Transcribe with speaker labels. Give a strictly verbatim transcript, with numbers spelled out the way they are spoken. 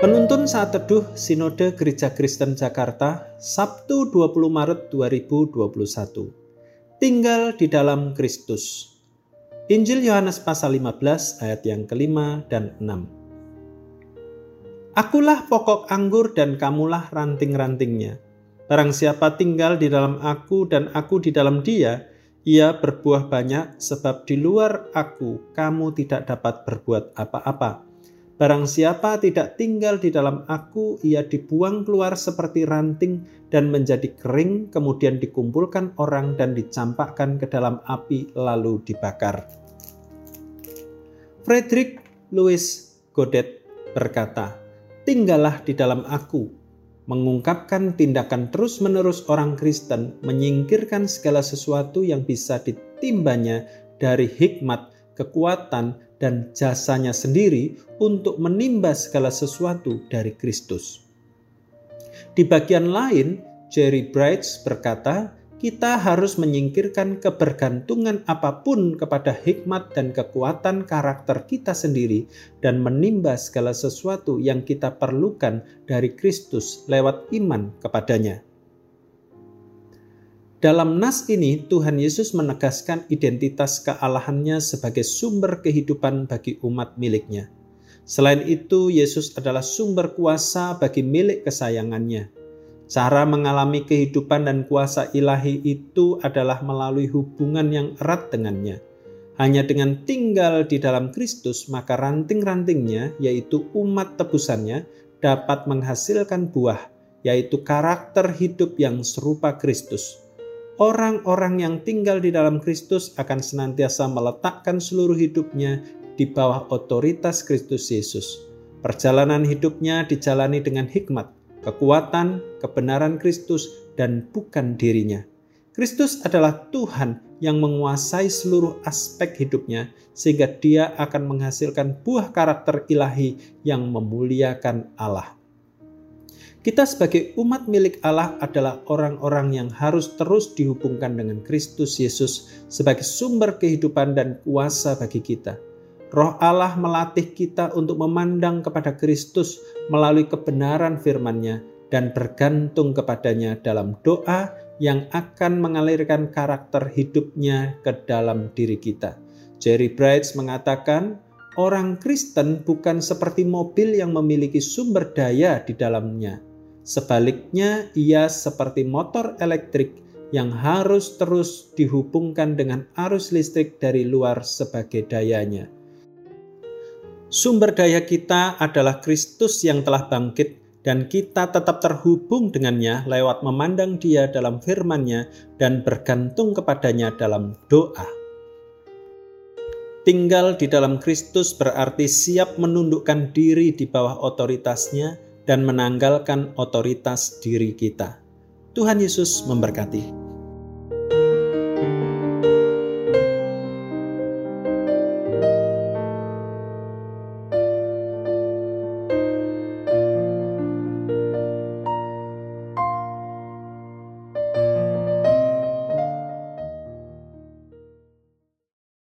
Speaker 1: Penuntun Saat Teduh Sinode Gereja Kristen Jakarta, Sabtu dua puluh Maret dua ribu dua puluh satu. Tinggal di dalam Kristus. Injil Yohanes pasal lima belas ayat yang kelima dan enam. Akulah pokok anggur dan kamulah ranting-rantingnya. Barang siapa tinggal di dalam aku dan aku di dalam dia, ia berbuah banyak, sebab di luar aku kamu tidak dapat berbuat apa-apa. Barang siapa tidak tinggal di dalam aku, ia dibuang keluar seperti ranting dan menjadi kering, kemudian dikumpulkan orang dan dicampakkan ke dalam api lalu dibakar. Frederick Louis Godet berkata, "Tinggallah di dalam aku," mengungkapkan tindakan terus-menerus orang Kristen menyingkirkan segala sesuatu yang bisa ditimbanya dari hikmat, kekuatan, dan jasanya sendiri untuk menimba segala sesuatu dari Kristus. Di bagian lain, Jerry Bridges berkata, kita harus menyingkirkan kebergantungan apapun kepada hikmat dan kekuatan karakter kita sendiri dan menimba segala sesuatu yang kita perlukan dari Kristus lewat iman kepadanya. Dalam nas ini, Tuhan Yesus menegaskan identitas kealahannya sebagai sumber kehidupan bagi umat miliknya. Selain itu, Yesus adalah sumber kuasa bagi milik kesayangannya. Cara mengalami kehidupan dan kuasa ilahi itu adalah melalui hubungan yang erat dengannya. Hanya dengan tinggal di dalam Kristus, maka ranting-rantingnya, yaitu umat tebusannya, dapat menghasilkan buah, yaitu karakter hidup yang serupa Kristus. Orang-orang yang tinggal di dalam Kristus akan senantiasa meletakkan seluruh hidupnya di bawah otoritas Kristus Yesus. Perjalanan hidupnya dijalani dengan hikmat, kekuatan, kebenaran Kristus, dan bukan dirinya. Kristus adalah Tuhan yang menguasai seluruh aspek hidupnya, sehingga dia akan menghasilkan buah karakter ilahi yang memuliakan Allah. Kita sebagai umat milik Allah adalah orang-orang yang harus terus dihubungkan dengan Kristus Yesus sebagai sumber kehidupan dan kuasa bagi kita. Roh Allah melatih kita untuk memandang kepada Kristus melalui kebenaran firman-Nya dan bergantung kepadanya dalam doa yang akan mengalirkan karakter hidupnya ke dalam diri kita. Jerry Bridges mengatakan, orang Kristen bukan seperti mobil yang memiliki sumber daya di dalamnya. Sebaliknya, ia seperti motor elektrik yang harus terus dihubungkan dengan arus listrik dari luar sebagai dayanya. Sumber daya kita adalah Kristus yang telah bangkit, dan kita tetap terhubung dengannya lewat memandang Dia dalam firman-Nya dan bergantung kepadanya dalam doa. Tinggal di dalam Kristus berarti siap menundukkan diri di bawah otoritasnya dan menanggalkan otoritas diri kita. Tuhan Yesus memberkati.